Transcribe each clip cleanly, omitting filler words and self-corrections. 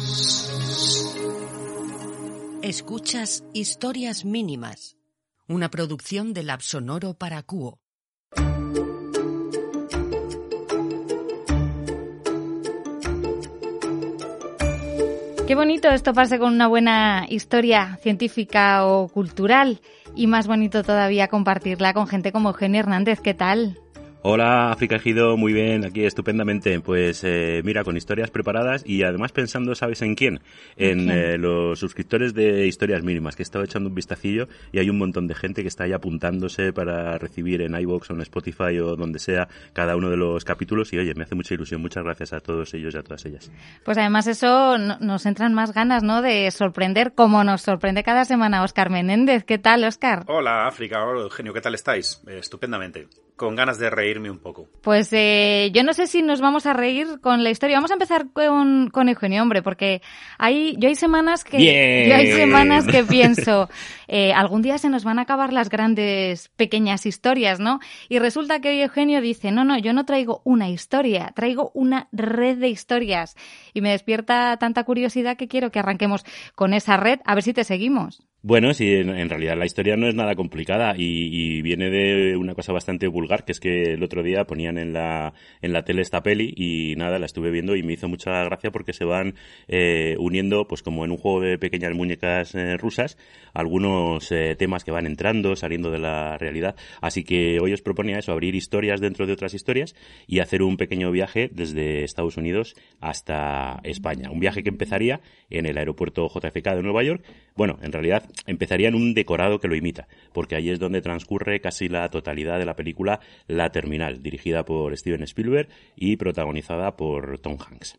Escuchas Historias Mínimas, una producción de Lab Sonoro para Kuo. Qué bonito esto pase con una buena historia científica o cultural y más bonito todavía compartirla con gente como Eugenio Hernández. ¿Qué tal? Hola, África Ejido, muy bien, aquí estupendamente. Pues mira, con historias preparadas y además pensando, ¿sabes en quién? En los suscriptores de Historias Mínimas, que he estado echando un vistacillo y hay un montón de gente que está ahí apuntándose para recibir en iVoox o en Spotify o donde sea cada uno de los capítulos y oye, me hace mucha ilusión. Muchas gracias a todos ellos y a todas ellas. Pues además eso nos entran más ganas, ¿no?, de sorprender, como nos sorprende cada semana Óscar Menéndez. ¿Qué tal, Óscar? Hola, África, hola, Eugenio, ¿qué tal estáis? Estupendamente. Con ganas de reírme un poco. Pues yo no sé si nos vamos a reír con la historia. Vamos a empezar con Eugenio, hombre, porque hay semanas que pienso, algún día se nos van a acabar las grandes pequeñas historias, ¿no? Y resulta que hoy Eugenio dice, no, yo no traigo una historia, traigo una red de historias. Y me despierta tanta curiosidad que quiero que arranquemos con esa red, a ver si te seguimos. Bueno, sí, en realidad la historia no es nada complicada y viene de una cosa bastante vulgar, que es que el otro día ponían en la tele esta peli y nada, la estuve viendo y me hizo mucha gracia porque se van uniendo, pues como en un juego de pequeñas muñecas rusas, algunos temas que van entrando, saliendo de la realidad. Así que hoy os proponía eso, abrir historias dentro de otras historias y hacer un pequeño viaje desde Estados Unidos hasta España. Un viaje que empezaría en el aeropuerto JFK de Nueva York. Bueno, en realidad empezaría en un decorado que lo imita, porque ahí es donde transcurre casi la totalidad de la película La Terminal, dirigida por Steven Spielberg y protagonizada por Tom Hanks.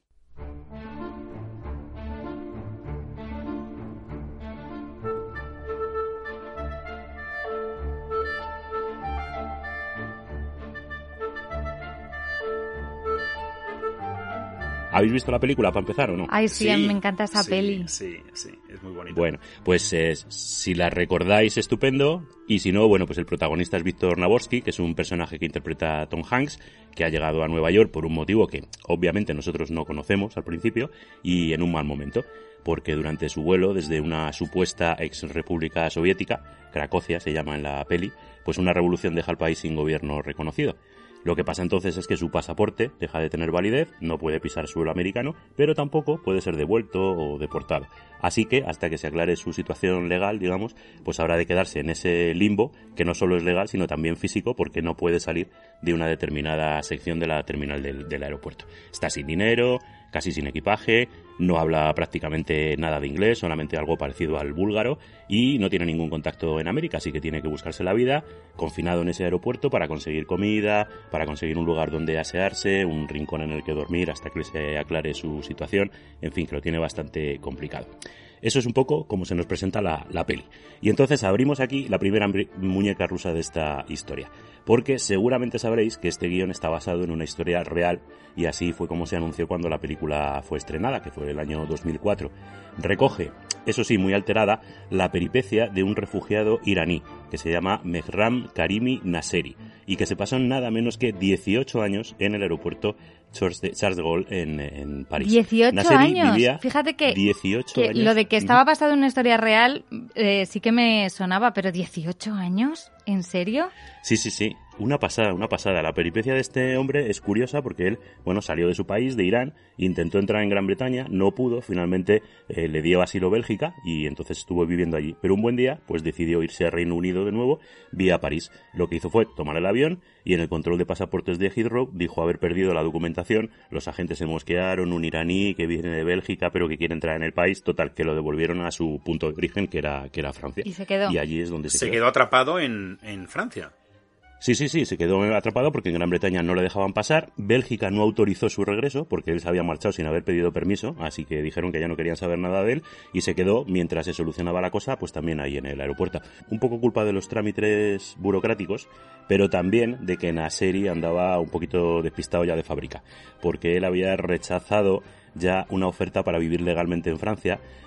¿Habéis visto la película para empezar o no? Ay, sí, a mí me encanta esa peli. Sí, es muy bonita. Bueno, pues si la recordáis, estupendo. Y si no, bueno, pues el protagonista es Víctor Navorsky, que es un personaje que interpreta a Tom Hanks, que ha llegado a Nueva York por un motivo que obviamente nosotros no conocemos al principio y en un mal momento. Porque durante su vuelo desde una supuesta ex república soviética, Cracovia se llama en la peli, pues una revolución deja al país sin gobierno reconocido. Lo que pasa entonces es que su pasaporte deja de tener validez, no puede pisar suelo americano, pero tampoco puede ser devuelto o deportado. Así que, hasta que se aclare su situación legal, digamos, pues habrá de quedarse en ese limbo, que no solo es legal, sino también físico, porque no puede salir de una determinada sección de la terminal del aeropuerto. Está sin dinero, casi sin equipaje, no habla prácticamente nada de inglés, solamente algo parecido al búlgaro, y no tiene ningún contacto en América, así que tiene que buscarse la vida, confinado en ese aeropuerto para conseguir comida, para conseguir un lugar donde asearse, un rincón en el que dormir hasta que se aclare su situación, en fin, que lo tiene bastante complicado. Eso es un poco como se nos presenta la peli. Y entonces abrimos aquí la primera muñeca rusa de esta historia. Porque seguramente sabréis que este guión está basado en una historia real y así fue como se anunció cuando la película fue estrenada, que fue el año 2004. Recoge, eso sí, muy alterada, la peripecia de un refugiado iraní que se llama Mehram Karimi Nasseri y que se pasó nada menos que 18 años en el aeropuerto Charles de Gaulle en París. 18 Nasseri años. Fíjate que, 18 años. Lo de que estaba basado en una historia real sí que me sonaba, pero 18 años, ¿en serio? Sí. Una pasada. La peripecia de este hombre es curiosa porque él, bueno, salió de su país, de Irán, intentó entrar en Gran Bretaña, no pudo, finalmente le dio asilo Bélgica y entonces estuvo viviendo allí. Pero un buen día, pues decidió irse a Reino Unido de nuevo, vía París. Lo que hizo fue tomar el avión y en el control de pasaportes de Heathrow dijo haber perdido la documentación, los agentes se mosquearon, un iraní que viene de Bélgica pero que quiere entrar en el país, total, que lo devolvieron a su punto de origen, que era Francia. Y se quedó. Y allí es donde se quedó atrapado en Francia. Sí, se quedó atrapado porque en Gran Bretaña no le dejaban pasar. Bélgica no autorizó su regreso porque él se había marchado sin haber pedido permiso, así que dijeron que ya no querían saber nada de él y se quedó mientras se solucionaba la cosa, pues también ahí en el aeropuerto. Un poco culpa de los trámites burocráticos, pero también de que Nasseri andaba un poquito despistado ya de fábrica, porque él había rechazado ya una oferta para vivir legalmente en Francia,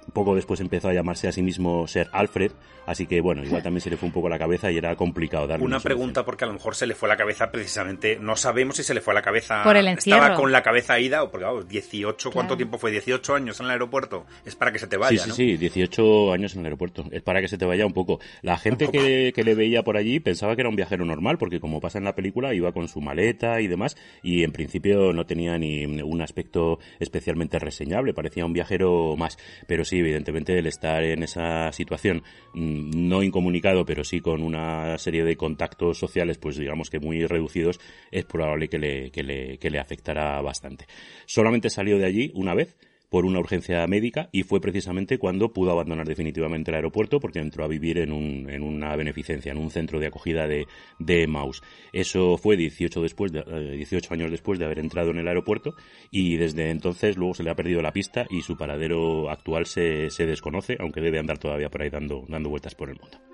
Poco después empezó a llamarse a sí mismo Sir Alfred, así que bueno, igual también se le fue un poco la cabeza y era complicado darle una pregunta, porque a lo mejor se le fue la cabeza precisamente, no sabemos si se le fue la cabeza por el encierro. Estaba con la cabeza ida, o porque vamos, 18, ¿cuánto tiempo fue? 18 años en el aeropuerto, es para que se te vaya, sí, ¿no? Sí, 18 años en el aeropuerto, es para que se te vaya un poco. La gente que le veía por allí pensaba que era un viajero normal, porque como pasa en la película, iba con su maleta y demás, y en principio no tenía ni un aspecto especialmente reseñable, parecía un viajero más, pero sí, evidentemente el estar en esa situación, no incomunicado, pero sí con una serie de contactos sociales, pues digamos que muy reducidos, es probable que le afectara bastante. Solamente salió de allí una vez, por una urgencia médica, y fue precisamente cuando pudo abandonar definitivamente el aeropuerto, porque entró a vivir en una beneficencia, en un centro de acogida de Emmaus. Eso fue 18 años después de haber entrado en el aeropuerto, y desde entonces luego se le ha perdido la pista y su paradero actual se desconoce, aunque debe andar todavía por ahí dando vueltas por el mundo.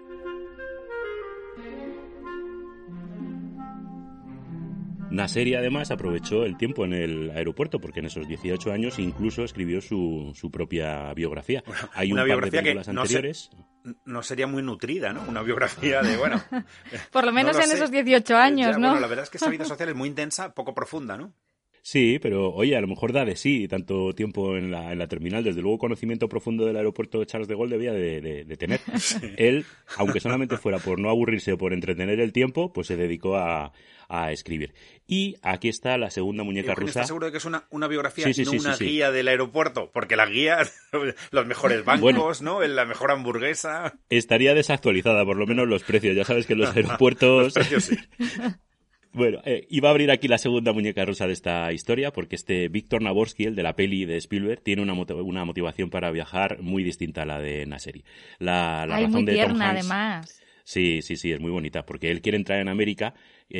Nasseri además aprovechó el tiempo en el aeropuerto, porque en esos 18 años incluso escribió su propia biografía. Bueno, hay una un par biografía de películas anteriores. No sería muy nutrida, ¿no? Una biografía de, bueno... Por lo menos no en sé. Esos 18 años, ya, ¿no? Bueno, la verdad es que esa vida social es muy intensa, poco profunda, ¿no? Sí, pero oye, a lo mejor da de sí tanto tiempo en la terminal. Desde luego, conocimiento profundo del aeropuerto de Charles de Gaulle debía de tener. Sí. Él, aunque solamente fuera por no aburrirse o por entretener el tiempo, pues se dedicó a escribir. Y aquí está la segunda muñeca rusa. ¿Estás seguro de que es una biografía, no una guía del aeropuerto? Porque la guía, los mejores bancos, ¿no? La mejor hamburguesa... Estaría desactualizada, por lo menos los precios. Ya sabes que los aeropuertos... Los precios sí. Bueno, iba a abrir aquí la segunda muñeca rusa de esta historia, porque Víctor Navorsky, el de la peli de Spielberg, tiene una motivación para viajar muy distinta a la de Nasseri. La razón muy de tierna, Tom Hanks, además. Sí, es muy bonita, porque él quiere entrar en América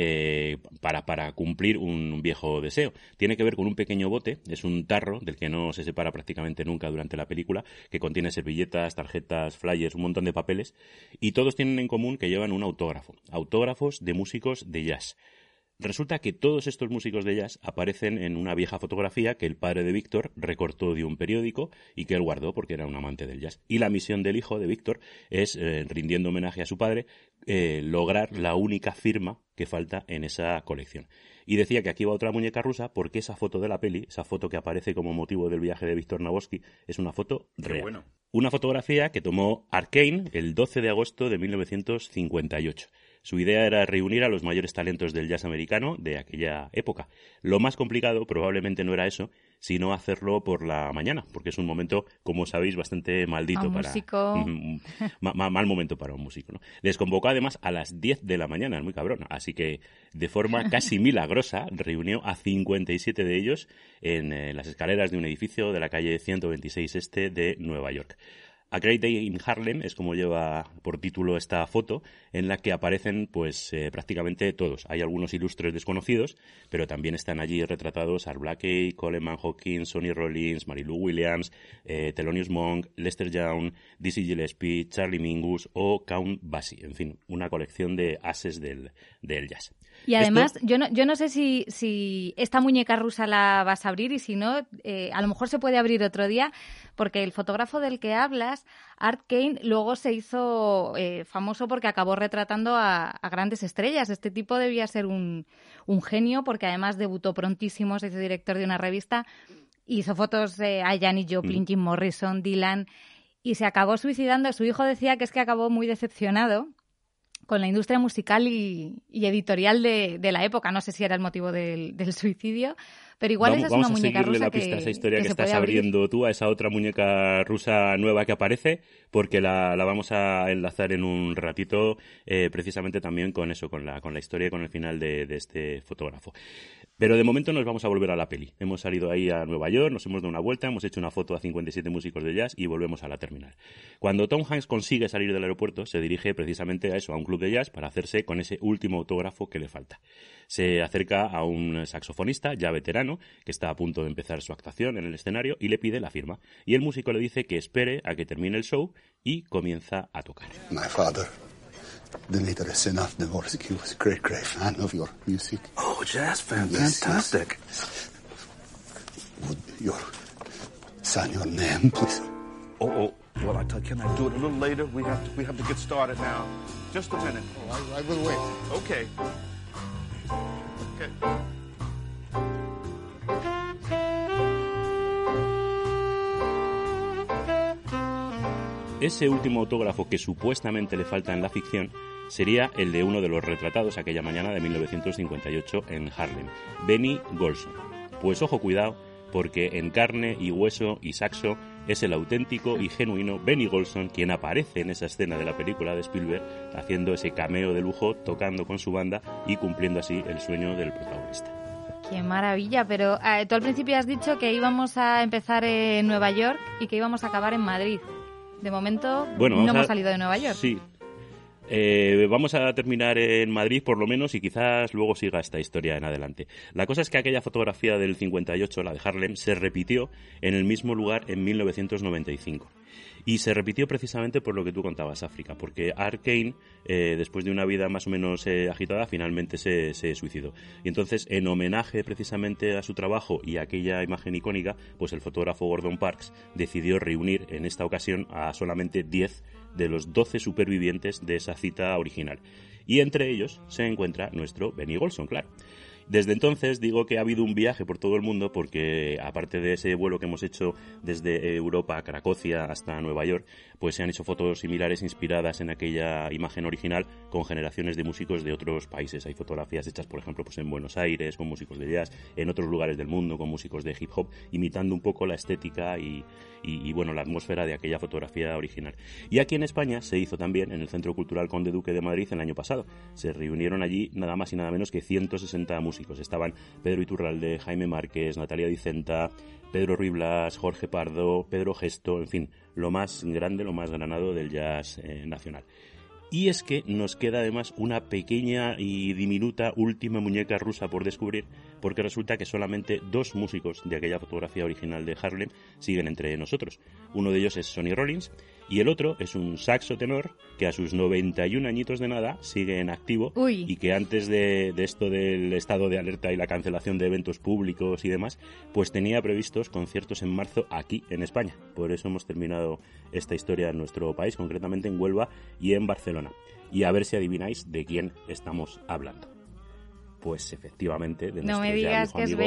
para cumplir un viejo deseo. Tiene que ver con un pequeño bote, es un tarro del que no se separa prácticamente nunca durante la película, que contiene servilletas, tarjetas, flyers, un montón de papeles, y todos tienen en común que llevan un autógrafos de músicos de jazz. Resulta que todos estos músicos de jazz aparecen en una vieja fotografía que el padre de Víctor recortó de un periódico y que él guardó porque era un amante del jazz. Y la misión del hijo de Víctor es, rindiendo homenaje a su padre, lograr la única firma que falta en esa colección. Y decía que aquí va otra muñeca rusa porque esa foto de la peli, esa foto que aparece como motivo del viaje de Víctor Navorsky, es una foto real. Bueno. Una fotografía que tomó Art Kane el 12 de agosto de 1958. Su idea era reunir a los mayores talentos del jazz americano de aquella época. Lo más complicado probablemente no era eso, sino hacerlo por la mañana, porque es un momento, como sabéis, bastante maldito para músico. Mal momento para un músico, ¿no? Les convocó además a las 10 de la mañana, es muy cabrón, así que de forma casi milagrosa reunió a 57 de ellos en las escaleras de un edificio de la calle 126 Este de Nueva York. A Great Day in Harlem es como lleva por título esta foto, en la que aparecen pues prácticamente todos. Hay algunos ilustres desconocidos, pero también están allí retratados Art Blakey, Coleman Hawkins, Sonny Rollins, Marilu Williams, Thelonious Monk, Lester Young, Dizzy Gillespie, Charlie Mingus o Count Basie. En fin, una colección de ases del jazz. Y además, yo no sé si esta muñeca rusa la vas a abrir y si no, a lo mejor se puede abrir otro día, porque el fotógrafo del que hablas, Art Kane, luego se hizo famoso porque acabó retratando a grandes estrellas. Este tipo debía ser un genio, porque además debutó prontísimo, se hizo director de una revista, hizo fotos a Janis Joplin, Jim Morrison, Dylan, y se acabó suicidando. Su hijo decía que es que acabó muy decepcionado con la industria musical y editorial de la época. No sé si era el motivo del suicidio, pero igual esa es una muñeca rusa la pista que a esa historia que estás abriendo tú, a esa otra muñeca rusa nueva que aparece, porque la vamos a enlazar en un ratito, precisamente también con eso, con la historia y con el final de este fotógrafo. Pero de momento nos vamos a volver a la peli. Hemos salido ahí a Nueva York, nos hemos dado una vuelta, hemos hecho una foto a 57 músicos de jazz y volvemos a la terminal. Cuando Tom Hanks consigue salir del aeropuerto, se dirige precisamente a eso, a un club de jazz, para hacerse con ese último autógrafo que le falta. Se acerca a un saxofonista ya veterano, que está a punto de empezar su actuación en el escenario, y le pide la firma. Y el músico le dice que espere a que termine el show y comienza a tocar. My father, Dmitri Navorsky, was a great fan of your music. Oh, jazz fan, yes, fantastic. Yes. Would your sign your name, please? Oh. Well, can I do it a little later? We have to get started now. Just a minute. Oh, I will wait. Okay. Ese último autógrafo que supuestamente le falta en la ficción sería el de uno de los retratados aquella mañana de 1958 en Harlem, Benny Golson. Pues ojo, cuidado, porque en carne y hueso y saxo es el auténtico y genuino Benny Golson quien aparece en esa escena de la película de Spielberg haciendo ese cameo de lujo, tocando con su banda y cumpliendo así el sueño del protagonista. ¡Qué maravilla! Pero tú al principio has dicho que íbamos a empezar en Nueva York y que íbamos a acabar en Madrid. De momento no hemos salido de Nueva York. Sí. Vamos a terminar en Madrid por lo menos y quizás luego siga esta historia en adelante. La cosa es que aquella fotografía del 58, la de Harlem, se repitió en el mismo lugar en 1995. Y se repitió precisamente por lo que tú contabas, África, porque Art Kane, después de una vida más o menos agitada, finalmente se suicidó. Y entonces, en homenaje precisamente a su trabajo y a aquella imagen icónica, pues el fotógrafo Gordon Parks decidió reunir en esta ocasión a solamente 10 de los 12 supervivientes de esa cita original. Y entre ellos se encuentra nuestro Benny Golson, claro. Desde entonces digo que ha habido un viaje por todo el mundo porque, aparte de ese vuelo que hemos hecho desde Europa a Cracovia hasta Nueva York, pues se han hecho fotos similares inspiradas en aquella imagen original con generaciones de músicos de otros países. Hay fotografías hechas, por ejemplo, pues en Buenos Aires con músicos de jazz, en otros lugares del mundo con músicos de hip hop, imitando un poco la estética y bueno, la atmósfera de aquella fotografía original. Y aquí en España se hizo también en el Centro Cultural Conde Duque de Madrid el año pasado. Se reunieron allí nada más y nada menos que 160 músicos. Estaban Pedro Iturralde, Jaime Márquez, Natalia Dicenta, Pedro Ruiz Blas, Jorge Pardo, Pedro Gesto, en fin, lo más grande, lo más granado del jazz nacional. Y es que nos queda además una pequeña y diminuta última muñeca rusa por descubrir, porque resulta que solamente 2 músicos de aquella fotografía original de Harlem siguen entre nosotros. Uno de ellos es Sonny Rollins y el otro es un saxo tenor que a sus 91 añitos de nada sigue en activo. Uy. Y que antes de esto del estado de alerta y la cancelación de eventos públicos y demás, pues tenía previstos conciertos en marzo aquí en España. Por eso hemos terminado esta historia en nuestro país, concretamente en Huelva y en Barcelona. Y a ver si adivináis de quién estamos hablando. Pues efectivamente de nuestro No me digas que es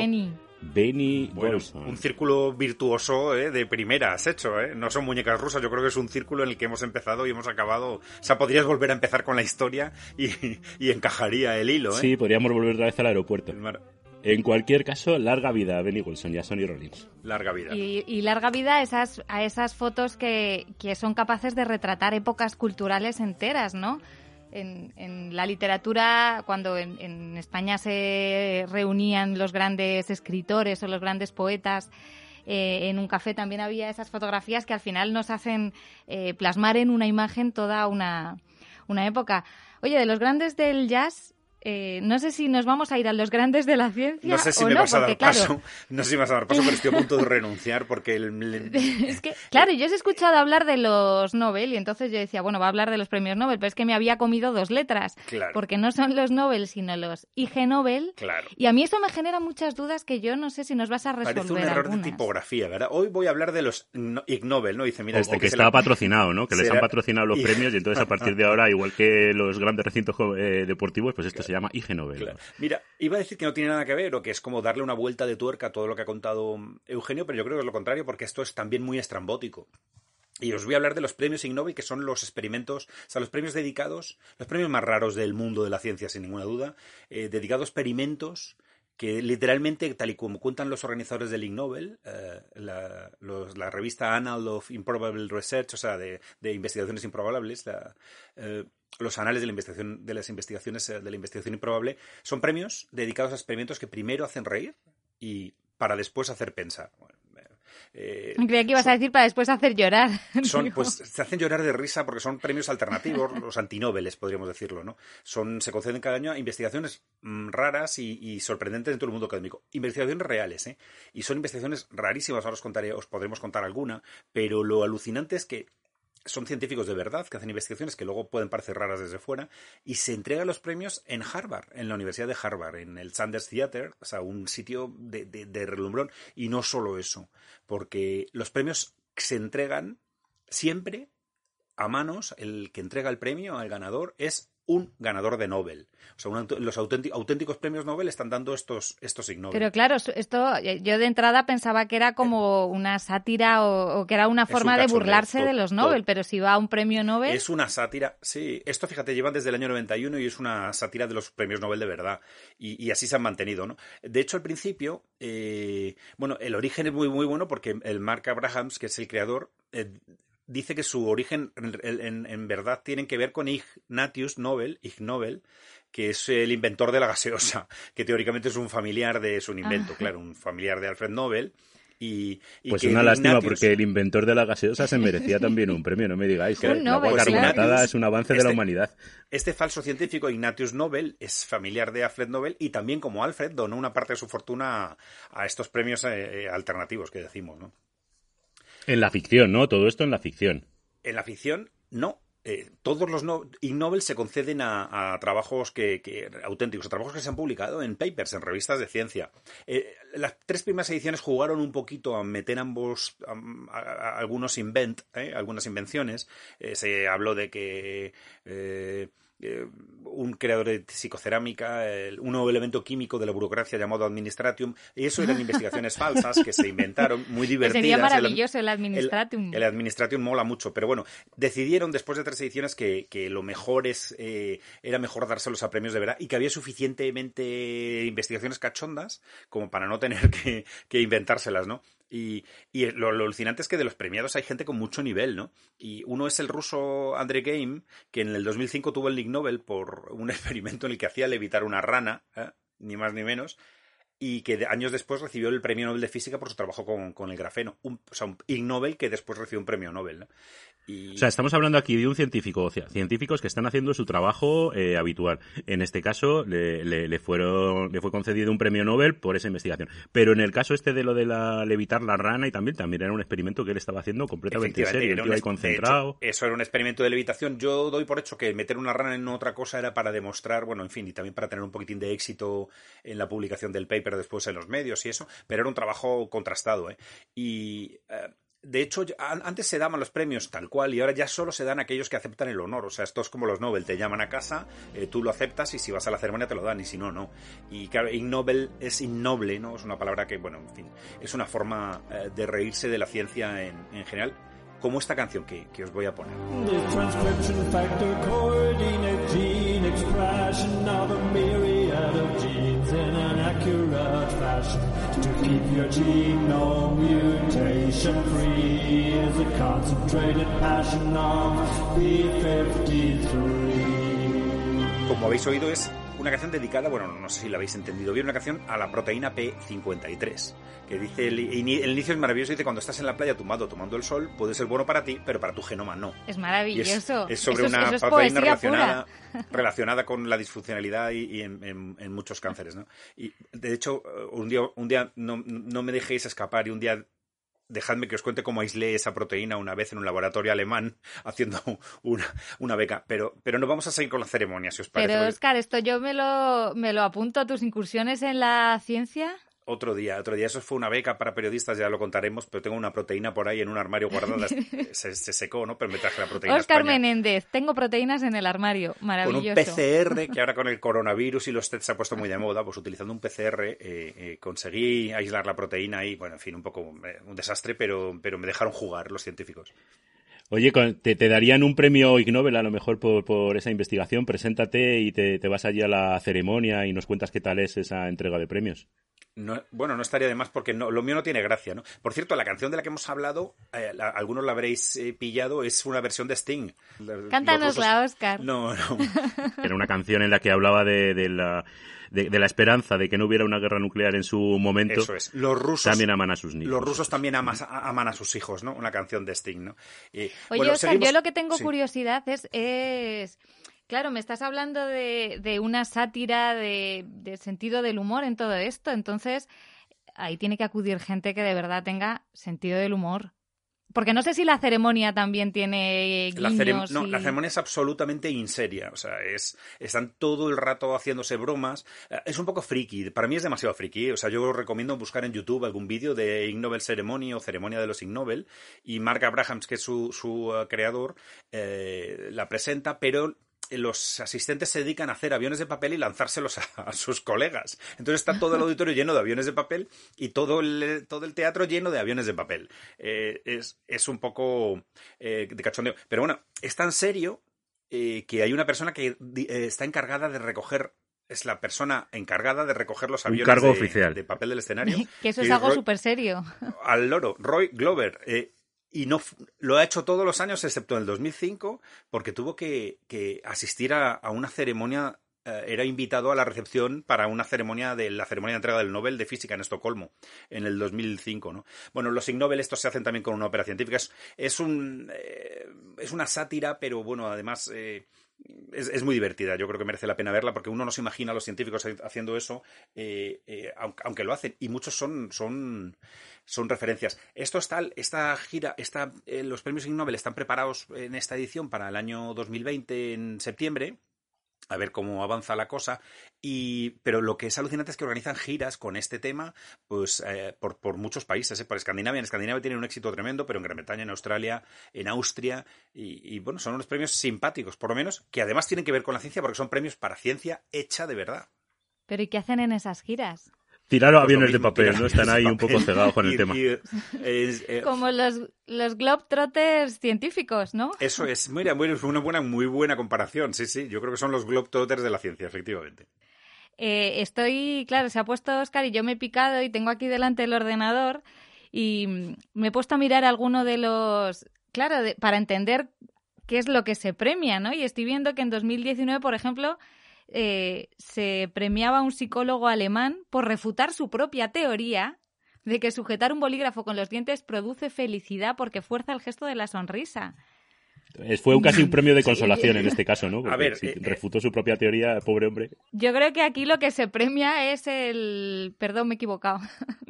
Benny Golson. Un círculo virtuoso de primera has hecho, No son muñecas rusas, yo creo que es un círculo en el que hemos empezado y hemos acabado. O sea, podrías volver a empezar con la historia y encajaría el hilo, Sí, podríamos volver otra vez al aeropuerto. En cualquier caso, larga vida a Benny Golson y a Sonny Rollins. Larga vida. Y larga vida a esas fotos que son capaces de retratar épocas culturales enteras, ¿no? En la literatura, cuando en España se reunían los grandes escritores o los grandes poetas, en un café también había esas fotografías que al final nos hacen plasmar en una imagen toda una época. Oye, de los grandes del jazz, no sé si nos vamos a ir a los grandes de la ciencia. No sé si me vas a dar paso. No sé si me vas a dar paso, pero estoy a punto de renunciar porque es que, claro, yo os he escuchado hablar de los Nobel y entonces yo decía, bueno, va a hablar de los premios Nobel, pero es que me había comido 2 letras. Claro. Porque no son los Nobel, sino los IG Nobel. Claro. Y a mí eso me genera muchas dudas que yo no sé si nos vas a resolver. Parece un error algunas. de tipografía, ¿verdad? Hoy voy a hablar de los Ig Nobel, ¿no? Dice, mira, o que estaba patrocinado, ¿no? Que les han patrocinado los premios y entonces a partir de ahora, igual que los grandes recintos deportivos, pues esto se llama IG Nobel. Claro. Mira, iba a decir que no tiene nada que ver o que es como darle una vuelta de tuerca a todo lo que ha contado Eugenio, pero yo creo que es lo contrario porque esto es también muy estrambótico. Y os voy a hablar de los premios Ig Nobel, que son los experimentos, o sea, los premios dedicados, los premios más raros del mundo de la ciencia, sin ninguna duda, dedicados a experimentos que literalmente, tal y como cuentan los organizadores del Ig Nobel, la revista Annals of Improbable Research, o sea, de investigaciones improbables, los anales de las investigaciones de la investigación improbable, son premios dedicados a experimentos que primero hacen reír y para después hacer pensar. Creía que ibas a decir para después hacer llorar. Pues se hacen llorar de risa porque son premios alternativos, los antinóbeles, podríamos decirlo, ¿no? Se conceden cada año a investigaciones raras y sorprendentes dentro del mundo académico. Investigaciones reales, y son investigaciones rarísimas, ahora os podremos contar alguna, pero lo alucinante es que son científicos de verdad que hacen investigaciones que luego pueden parecer raras desde fuera y se entregan los premios en Harvard, en la Universidad de Harvard, en el Sanders Theater, o sea, un sitio de relumbrón. Y no solo eso, porque los premios se entregan siempre a manos el que entrega el premio al ganador es un ganador de Nobel. O sea, los auténticos premios Nobel están dando estos Ig Nobel. Pero claro, esto yo de entrada pensaba que era como una sátira o que era una forma de burlarse de los Nobel, pero si va a un premio Nobel... Es una sátira, sí. Esto, fíjate, llevan desde el año 91 y es una sátira de los premios Nobel de verdad. Y así se han mantenido, ¿no? De hecho, al principio, el origen es muy, muy bueno porque el Mark Abrahams, que es el creador... dice que su origen en verdad tienen que ver con Ig Nobel, que es el inventor de la gaseosa, que teóricamente es un familiar de su invento, claro, un familiar de Alfred Nobel. Y pues que una lástima, porque el inventor de la gaseosa se merecía también un premio, no me digáis. Un agua carbonatada es un avance de la humanidad. Este falso científico, Ignatius Nobel, es familiar de Alfred Nobel y también, como Alfred, donó una parte de su fortuna a estos premios alternativos que decimos, ¿no? En la ficción, ¿no? Todo esto en la ficción. En la ficción, no. Todos los Ig Nobel se conceden a trabajos auténticos, a trabajos que se han publicado en papers, en revistas de ciencia. Las 3 primeras ediciones jugaron un poquito a meter algunas invenciones. Se habló de que... un creador de psicocerámica, un nuevo elemento químico de la burocracia llamado Administratium, y eso eran investigaciones falsas que se inventaron, muy divertidas. Sería maravilloso el Administratium. El Administratium mola mucho, pero bueno, decidieron después de 3 ediciones que lo mejor era mejor dárselos a premios de verdad y que había suficientemente investigaciones cachondas como para no tener que inventárselas, ¿no? Y lo alucinante es que de los premiados hay gente con mucho nivel, ¿no? Y uno es el ruso Andrei Geim, que en el 2005 tuvo el Ig Nobel por un experimento en el que hacía levitar una rana, ni más ni menos, y que años después recibió el premio Nobel de Física por su trabajo con el grafeno. Un Ig Nobel que después recibió un premio Nobel, ¿no? O sea, estamos hablando aquí de un científico, o sea, científicos que están haciendo su trabajo habitual. En este caso, le fue concedido un premio Nobel por esa investigación. Pero en el caso de lo de levitar la rana, y también era un experimento que él estaba haciendo completamente en serio, el tío ahí concentrado. De hecho, eso era un experimento de levitación. Yo doy por hecho que meter una rana en otra cosa era para demostrar, bueno, en fin, y también para tener un poquitín de éxito en la publicación del paper después en los medios y eso, pero era un trabajo contrastado, de hecho, antes se daban los premios tal cual y ahora ya solo se dan aquellos que aceptan el honor. O sea, esto es como los Nobel, te llaman a casa, tú lo aceptas y si vas a la ceremonia te lo dan y si no, no. Y claro, Ig Nobel es innoble, ¿no? Es una palabra que, bueno, en fin, es una forma de reírse de la ciencia en general, como esta canción que os voy a poner. Como habéis oído, es una canción dedicada, bueno, no sé si la habéis entendido bien, una canción a la proteína P53, que dice, el inicio es maravilloso, dice, cuando estás en la playa tomando el sol, puede ser bueno para ti, pero para tu genoma no. Es maravilloso. Es sobre una proteína relacionada con la disfuncionalidad y en muchos cánceres, ¿no? Y de hecho, un día no me dejéis escapar y un día dejadme que os cuente cómo aislé esa proteína una vez en un laboratorio alemán haciendo una beca. Pero no vamos a seguir con la ceremonia, si os parece. Pero, Óscar, esto yo me lo apunto a tus incursiones en la ciencia. Otro día. Eso fue una beca para periodistas, ya lo contaremos, pero tengo una proteína por ahí en un armario guardada. se secó, ¿no? Pero me traje la proteína. Óscar Menéndez, tengo proteínas en el armario. Maravilloso. Con un PCR, que ahora con el coronavirus y los test se ha puesto muy de moda, pues utilizando un PCR conseguí aislar la proteína y, bueno, en fin, un poco un desastre, pero me dejaron jugar los científicos. Oye, te darían un premio Ig Nobel a lo mejor por esa investigación. Preséntate y te vas allí a la ceremonia y nos cuentas qué tal es esa entrega de premios. No estaría de más porque lo mío no tiene gracia, ¿no? Por cierto, la canción de la que hemos hablado, algunos la habréis pillado, es una versión de Sting. Cántanosla, Óscar. No. Era una canción en la que hablaba de la esperanza de que no hubiera una guerra nuclear en su momento. Eso es. Los rusos también aman a sus niños. Los rusos también aman a sus hijos, ¿no? Una canción de Sting, ¿no? Oye, Óscar, yo lo que tengo curiosidad es... Claro, me estás hablando de una sátira, de sentido del humor en todo esto, entonces ahí tiene que acudir gente que de verdad tenga sentido del humor. Porque no sé si la ceremonia también tiene guiños. La ceremonia es absolutamente inseria. O sea, están todo el rato haciéndose bromas. Es un poco friki. Para mí es demasiado friki. O sea, yo recomiendo buscar en YouTube algún vídeo de Ig Nobel Ceremony o Ceremonia de los Ig Nobel. Y Mark Abrahams, que es su creador, la presenta, pero los asistentes se dedican a hacer aviones de papel y lanzárselos a sus colegas. Entonces está todo el auditorio lleno de aviones de papel y todo el teatro lleno de aviones de papel. Es un poco de cachondeo. Pero bueno, es tan serio que hay una persona que está encargada de recoger... Es la persona encargada de recoger los aviones de papel del escenario. Que eso es algo súper serio. Al loro, Roy Glover... y no lo ha hecho todos los años excepto en el 2005 porque tuvo que asistir a una ceremonia, era invitado a la recepción para una ceremonia de entrega del Nobel de Física en Estocolmo en el 2005, ¿no? Bueno, los Ig Nobel estos se hacen también con una ópera científica, es una sátira, pero bueno, además es muy divertida. Yo creo que merece la pena verla porque uno no se imagina a los científicos haciendo eso, aunque lo hacen, y muchos son referencias. Esta gira, los premios Ig Nobel están preparados en esta edición para el año 2020 en septiembre. A ver cómo avanza la cosa. Pero lo que es alucinante es que organizan giras con este tema pues por muchos países, por Escandinavia. En Escandinavia tienen un éxito tremendo, pero en Gran Bretaña, en Australia, en Austria. Y bueno, son unos premios simpáticos, por lo menos, que además tienen que ver con la ciencia porque son premios para ciencia hecha de verdad. ¿Pero y qué hacen en esas giras? Tirar aviones de papel, ¿no? Están ahí un poco cegados con el tema. Como los Globetrotters científicos, ¿no? Eso es. Mira, una muy buena comparación. Sí. Yo creo que son los Globetrotters de la ciencia, efectivamente. Claro, se ha puesto Óscar y yo me he picado y tengo aquí delante el ordenador y me he puesto a mirar alguno de los... Claro, para entender qué es lo que se premia, ¿no? Y estoy viendo que en 2019, por ejemplo... se premiaba a un psicólogo alemán por refutar su propia teoría de que sujetar un bolígrafo con los dientes produce felicidad porque fuerza el gesto de la sonrisa. Fue casi un premio de consolación en este caso, ¿no? Porque a ver, refutó su propia teoría, pobre hombre. Yo creo que aquí lo que se premia es Perdón, me he equivocado.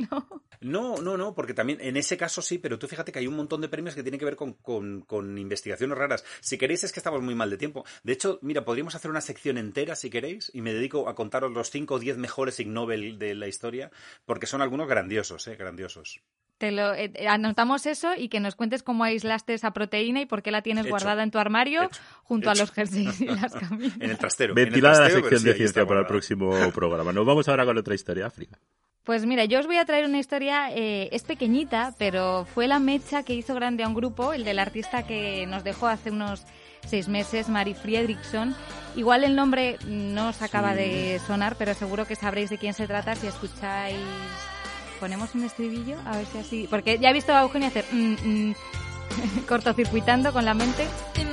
No, porque también en ese caso sí, pero tú fíjate que hay un montón de premios que tienen que ver con investigaciones raras. Si queréis, es que estamos muy mal de tiempo. De hecho, mira, podríamos hacer una sección entera, si queréis, y me dedico a contaros los 5 o 10 mejores Ig Nobel de la historia, porque son algunos grandiosos, grandiosos. Anotamos eso y que nos cuentes cómo aislaste esa proteína y por qué la tienes guardada en tu armario junto a los jerseys y las camisas. En el trastero. Ventilada la sección de ciencia para el próximo programa. Nos vamos ahora con otra historia, África. Pues mira, yo os voy a traer una historia, es pequeñita, pero fue la mecha que hizo grande a un grupo, el del artista que nos dejó hace unos 6 meses, Mari Fredriksson. Igual el nombre no os acaba de sonar, pero seguro que sabréis de quién se trata si escucháis... ¿Ponemos un estribillo? A ver si así... Porque ya he visto a Eugenia hacer... cortocircuitando con la mente.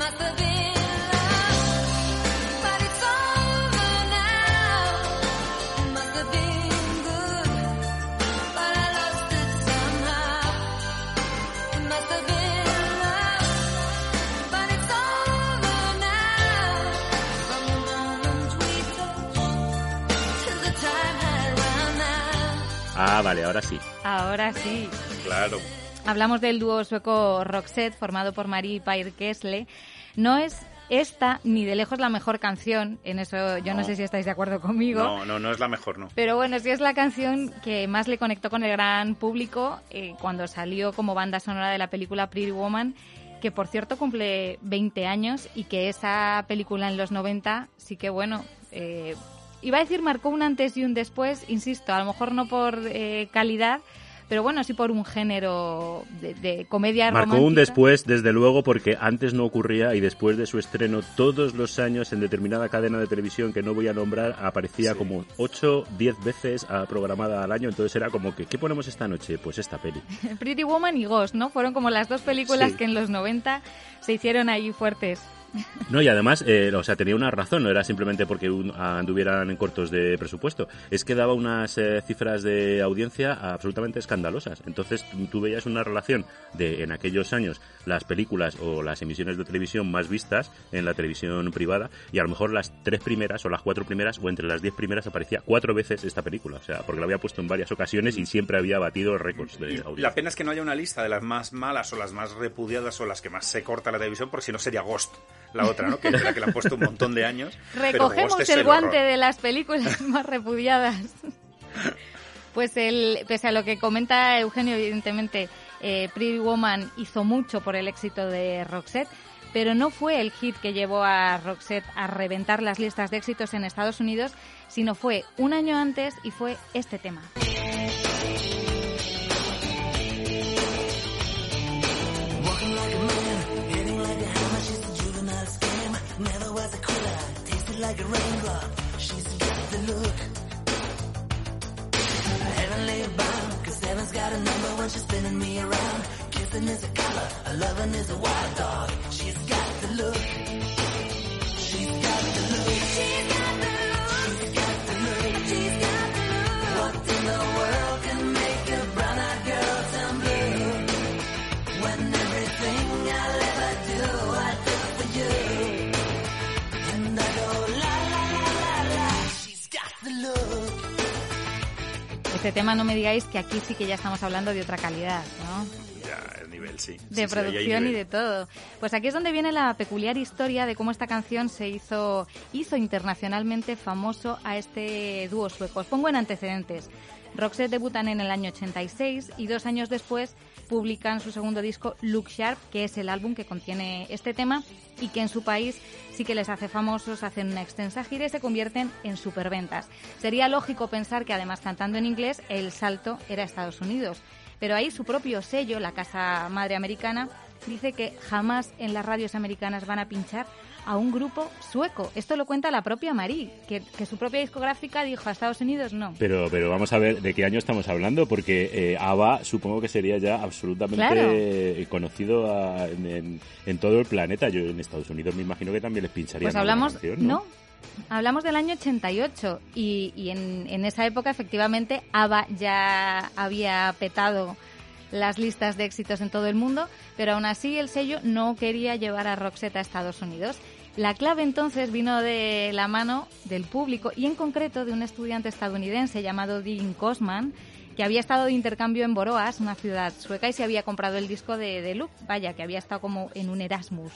Ah, vale, ahora sí. Ahora sí. Claro. Hablamos del dúo sueco Roxette, formado por Marie Paire Kessle. No es esta ni de lejos la mejor canción, en eso yo no sé si estáis de acuerdo conmigo. No es la mejor, no. Pero bueno, sí es la canción que más le conectó con el gran público cuando salió como banda sonora de la película Pretty Woman, que por cierto cumple 20 años y que esa película en los 90 sí que bueno... iba a decir marcó un antes y un después, insisto, a lo mejor no por calidad, pero bueno, sí por un género de comedia romántica. Marcó un después, desde luego, porque antes no ocurría y después de su estreno todos los años en determinada cadena de televisión que no voy a nombrar aparecía como 8, 10 veces programada al año, entonces era como que ¿qué ponemos esta noche? Pues esta peli. Pretty Woman y Ghost, ¿no? Fueron como las dos películas que en los 90 se hicieron ahí fuertes. No, y además, tenía una razón, no era simplemente porque anduvieran en cortos de presupuesto, es que daba unas cifras de audiencia absolutamente escandalosas. Entonces, tú veías una relación de, en aquellos años, las películas o las emisiones de televisión más vistas en la televisión privada, y a lo mejor las 3 primeras o las 4 primeras, o entre las 10 primeras, aparecía 4 veces esta película, o sea, porque la había puesto en varias ocasiones y siempre había batido récords de audiencia. La pena es que no haya una lista de las más malas o las más repudiadas o las que más se corta la televisión, porque si no sería Ghost, la otra, ¿no? Que es la que le han puesto un montón de años. Recogemos el guante de las películas más repudiadas. Pues pese a lo que comenta Eugenio, evidentemente, Pretty Woman hizo mucho por el éxito de Roxette, pero no fue el hit que llevó a Roxette a reventar las listas de éxitos en Estados Unidos, sino fue un año antes y fue este tema. Like a raindrop, she's got the look. Heavenly bound, 'cause heaven's got a number when she's spinning me around. Kissing is a color, a loving is a wild dog. She's got the look. She's got the look. She's got the look. She's got the look. She's got the look. What in the world can make a brown-eyed girl turn blue? When everything I'll ever do, I do for you. And I go la la la la la. She's got the look. Este tema, no me digáis que aquí sí que ya estamos hablando de otra calidad, ¿no? Ya, el nivel, sí. De producción y de todo. Pues aquí es donde viene la peculiar historia de cómo esta canción se hizo internacionalmente famoso a este dúo sueco. Os pongo en antecedentes. Roxette debutan en el año 86 y 2 años después publican su segundo disco, Look Sharp, que es el álbum que contiene este tema y que en su país sí que les hace famosos, hacen una extensa gira y se convierten en superventas. Sería lógico pensar que además cantando en inglés el salto era Estados Unidos, pero ahí su propio sello, la casa madre americana, dice que jamás en las radios americanas van a pinchar a un grupo sueco. Esto lo cuenta la propia Marie, que su propia discográfica dijo a Estados Unidos no. Pero vamos a ver de qué año estamos hablando, porque ABBA supongo que sería ya absolutamente conocido en todo el planeta. Yo en Estados Unidos me imagino que también les pincharían. Pues hablamos, canción, ¿no? Hablamos del año 88 y en esa época efectivamente ABBA ya había petado las listas de éxitos en todo el mundo, pero aún así el sello no quería llevar a Roxette a Estados Unidos. La clave entonces vino de la mano del público y en concreto de un estudiante estadounidense llamado Dean Kosman, que había estado de intercambio en Borås, una ciudad sueca, y se había comprado el disco de Look, vaya, que había estado como en un Erasmus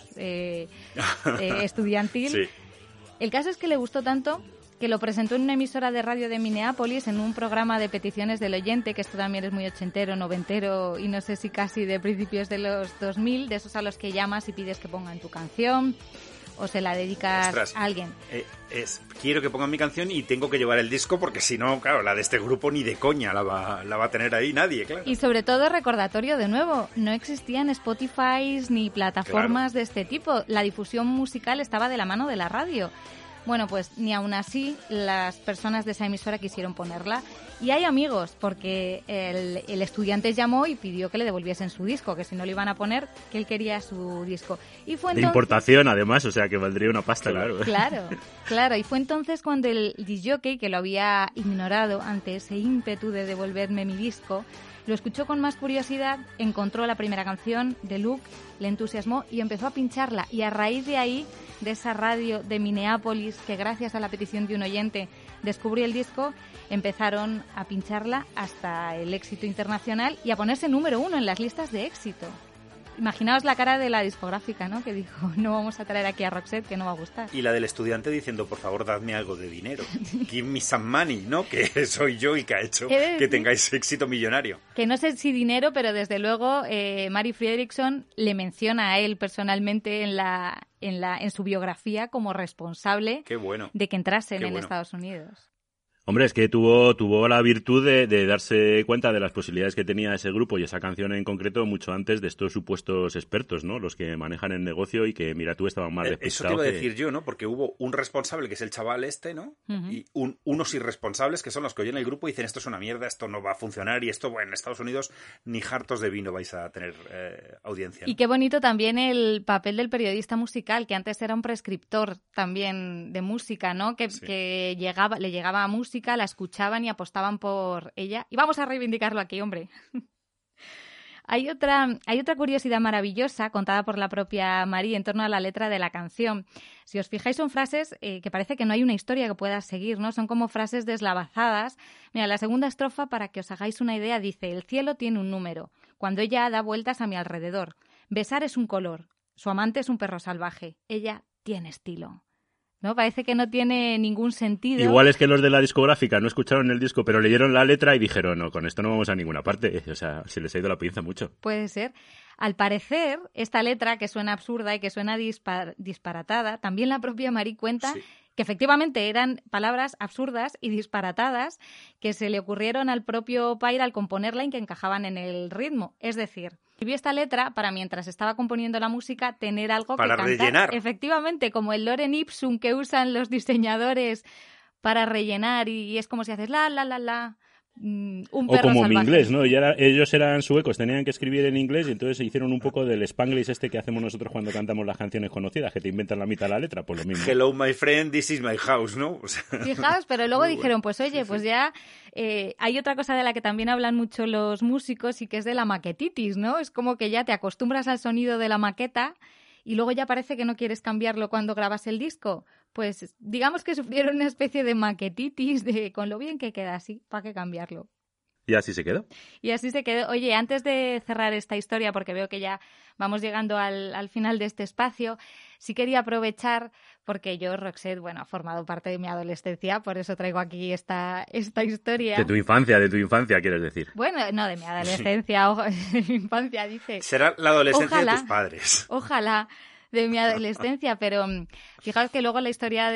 estudiantil. Sí. El caso es que le gustó tanto que lo presentó en una emisora de radio de Minneapolis en un programa de peticiones del oyente, que esto también es muy ochentero, noventero y no sé si casi de principios de los 2000, de esos a los que llamas y pides que pongan tu canción o se la dedicas a alguien. Quiero que pongan mi canción y tengo que llevar el disco porque si no, claro, la de este grupo ni de coña la va a tener ahí nadie, claro. Y sobre todo, recordatorio de nuevo, no existían Spotify ni plataformas de este tipo. La difusión musical estaba de la mano de la radio. Bueno, pues ni aún así las personas de esa emisora quisieron ponerla. Y hay amigos, porque el estudiante llamó y pidió que le devolviesen su disco, que si no le iban a poner, que él quería su disco. Y fue entonces... De importación, además, o sea, que valdría una pasta, claro. Claro. Y fue entonces cuando el discjockey, que lo había ignorado ante ese ímpetu de devolverme mi disco, lo escuchó con más curiosidad, encontró la primera canción de Look, le entusiasmó y empezó a pincharla. Y a raíz de ahí, de esa radio de Minneapolis, que gracias a la petición de un oyente descubrió el disco, empezaron a pincharla hasta el éxito internacional y a ponerse número 1 en las listas de éxito. Imaginaos la cara de la discográfica, ¿no? Que dijo, no vamos a traer aquí a Roxette, que no va a gustar. Y la del estudiante diciendo, por favor, dadme algo de dinero. Give me some money, ¿no? Que soy yo y que ha hecho que tengáis éxito millonario. Que no sé si dinero, pero desde luego Mari Fredriksson le menciona a él personalmente en su biografía como responsable de que entrasen en Estados Unidos. Hombre, es que tuvo la virtud de darse cuenta de las posibilidades que tenía ese grupo y esa canción en concreto mucho antes de estos supuestos expertos, ¿no? Los que manejan el negocio y que, mira, tú estaban más despistados. Eso te iba a decir yo, ¿no? Porque hubo un responsable, que es el chaval ¿no? Uh-huh. Y unos irresponsables, que son los que oyen el grupo y dicen, esto es una mierda, esto no va a funcionar y esto, bueno, en Estados Unidos ni hartos de vino vais a tener audiencia, ¿no? Y qué bonito también el papel del periodista musical, que antes era un prescriptor también de música, ¿no? Que le llegaba a música, la escuchaban y apostaban por ella. Y vamos a reivindicarlo aquí, hombre. Hay otra curiosidad maravillosa contada por la propia Marie en torno a la letra de la canción. Si os fijáis, son frases que parece que no hay una historia que pueda seguir, ¿no? Son como frases deslavazadas. Mira, la segunda estrofa, para que os hagáis una idea, dice: el cielo tiene un número, cuando ella da vueltas a mi alrededor. Besar es un color, su amante es un perro salvaje, ella tiene estilo. ¿No? Parece que no tiene ningún sentido. Igual es que los de la discográfica no escucharon el disco, pero leyeron la letra y dijeron, no, con esto no vamos a ninguna parte. O sea, se les ha ido la pinza mucho. Puede ser. Al parecer, esta letra, que suena absurda y que suena disparatada, también la propia Marie cuenta que efectivamente eran palabras absurdas y disparatadas que se le ocurrieron al propio Pyre al componerla y que encajaban en el ritmo. Es decir, escribió esta letra para, mientras estaba componiendo la música, tener algo para que cantar. Rellenar. Efectivamente, como el lorem ipsum que usan los diseñadores para rellenar, y es como si haces la, la, la, la. Un perro o como salvaje. mi inglés, ¿no? Ellos eran suecos, tenían que escribir en inglés y entonces hicieron un poco del Spanglish este que hacemos nosotros cuando cantamos las canciones conocidas, que te inventan la mitad de la letra, pues lo mismo. Hello, my friend, this is my house, ¿no? O sea... Fijaos, pero luego dijeron, pues oye, pues ya hay otra cosa de la que también hablan mucho los músicos y que es de la maquetitis, ¿no? Es como que ya te acostumbras al sonido de la maqueta y luego ya parece que no quieres cambiarlo cuando grabas el disco. Pues digamos que sufrieron una especie de maquetitis, de con lo bien que queda así, ¿para qué cambiarlo? Y así se quedó. Y así se quedó. Oye, antes de cerrar esta historia, porque veo que ya vamos llegando al final de este espacio, sí quería aprovechar, porque yo, Roxette, bueno, ha formado parte de mi adolescencia, por eso traigo aquí esta historia. De tu infancia, quieres decir. Bueno, no, de mi adolescencia, de mi infancia, dice. Será la adolescencia de tus padres. Ojalá. De mi adolescencia, pero fijaos que luego la historia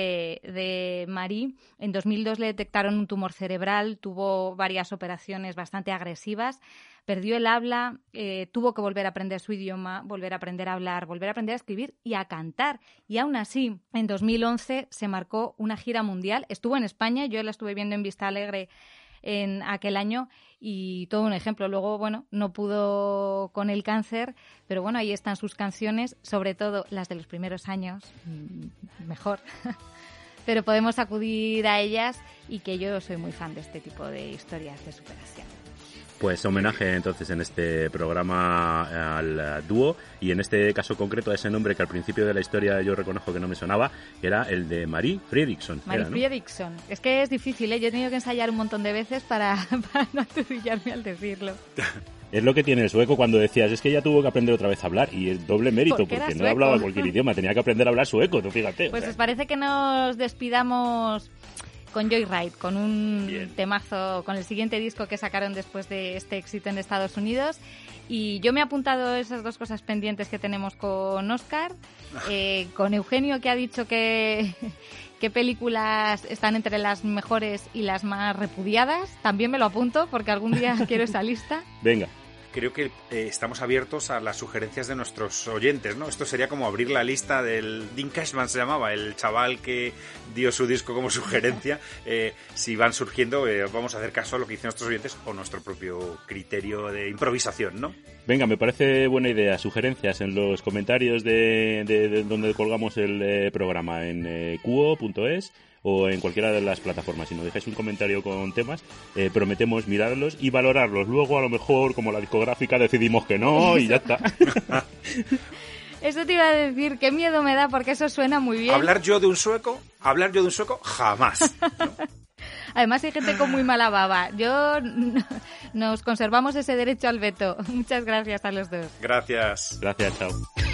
de Marie, en 2002 le detectaron un tumor cerebral, tuvo varias operaciones bastante agresivas, perdió el habla, tuvo que volver a aprender su idioma, volver a aprender a hablar, volver a aprender a escribir y a cantar. Y aún así, en 2011 se marcó una gira mundial, estuvo en España, yo la estuve viendo en Vista Alegre en aquel año y todo un ejemplo. Luego, bueno, no pudo con el cáncer, pero bueno, ahí están sus canciones, sobre todo las de los primeros años, mejor. Pero podemos acudir a ellas y que yo soy muy fan de este tipo de historias de superación. Pues homenaje entonces en este programa al dúo y en este caso concreto a ese nombre que al principio de la historia yo reconozco que no me sonaba, que era el de Marie Fredriksson. Marie Fredriksson. Es que es difícil, ¿eh? Yo he tenido que ensayar un montón de veces para no aturdillarme al decirlo. Es lo que tiene el sueco cuando decías, es que ella tuvo que aprender otra vez a hablar y es doble mérito porque no hablaba cualquier idioma, tenía que aprender a hablar sueco, tú fíjate. Pues os parece que nos despidamos con Joyride, con un temazo, con el siguiente disco que sacaron después de este éxito en Estados Unidos. Y yo me he apuntado esas dos cosas pendientes que tenemos con Óscar, con Eugenio, que ha dicho que qué películas están entre las mejores y las más repudiadas. También me lo apunto porque algún día quiero esa lista. Venga. Creo que estamos abiertos a las sugerencias de nuestros oyentes, ¿no? Esto sería como abrir la lista del... Dean Cashman se llamaba, el chaval que dio su disco como sugerencia. Si van surgiendo, vamos a hacer caso a lo que dicen nuestros oyentes o nuestro propio criterio de improvisación, ¿no? Venga, me parece buena idea. Sugerencias en los comentarios de donde colgamos el programa en cuo.es o en cualquiera de las plataformas. Si nos dejáis un comentario con temas, prometemos mirarlos y valorarlos. Luego, a lo mejor, como la discográfica, decidimos que no y ya está. Eso te iba a decir, qué miedo me da porque eso suena muy bien. Hablar yo de un sueco, jamás, ¿no? Además hay gente con muy mala baba. Nos conservamos ese derecho al veto. Muchas gracias a los dos. Gracias. Gracias, chao.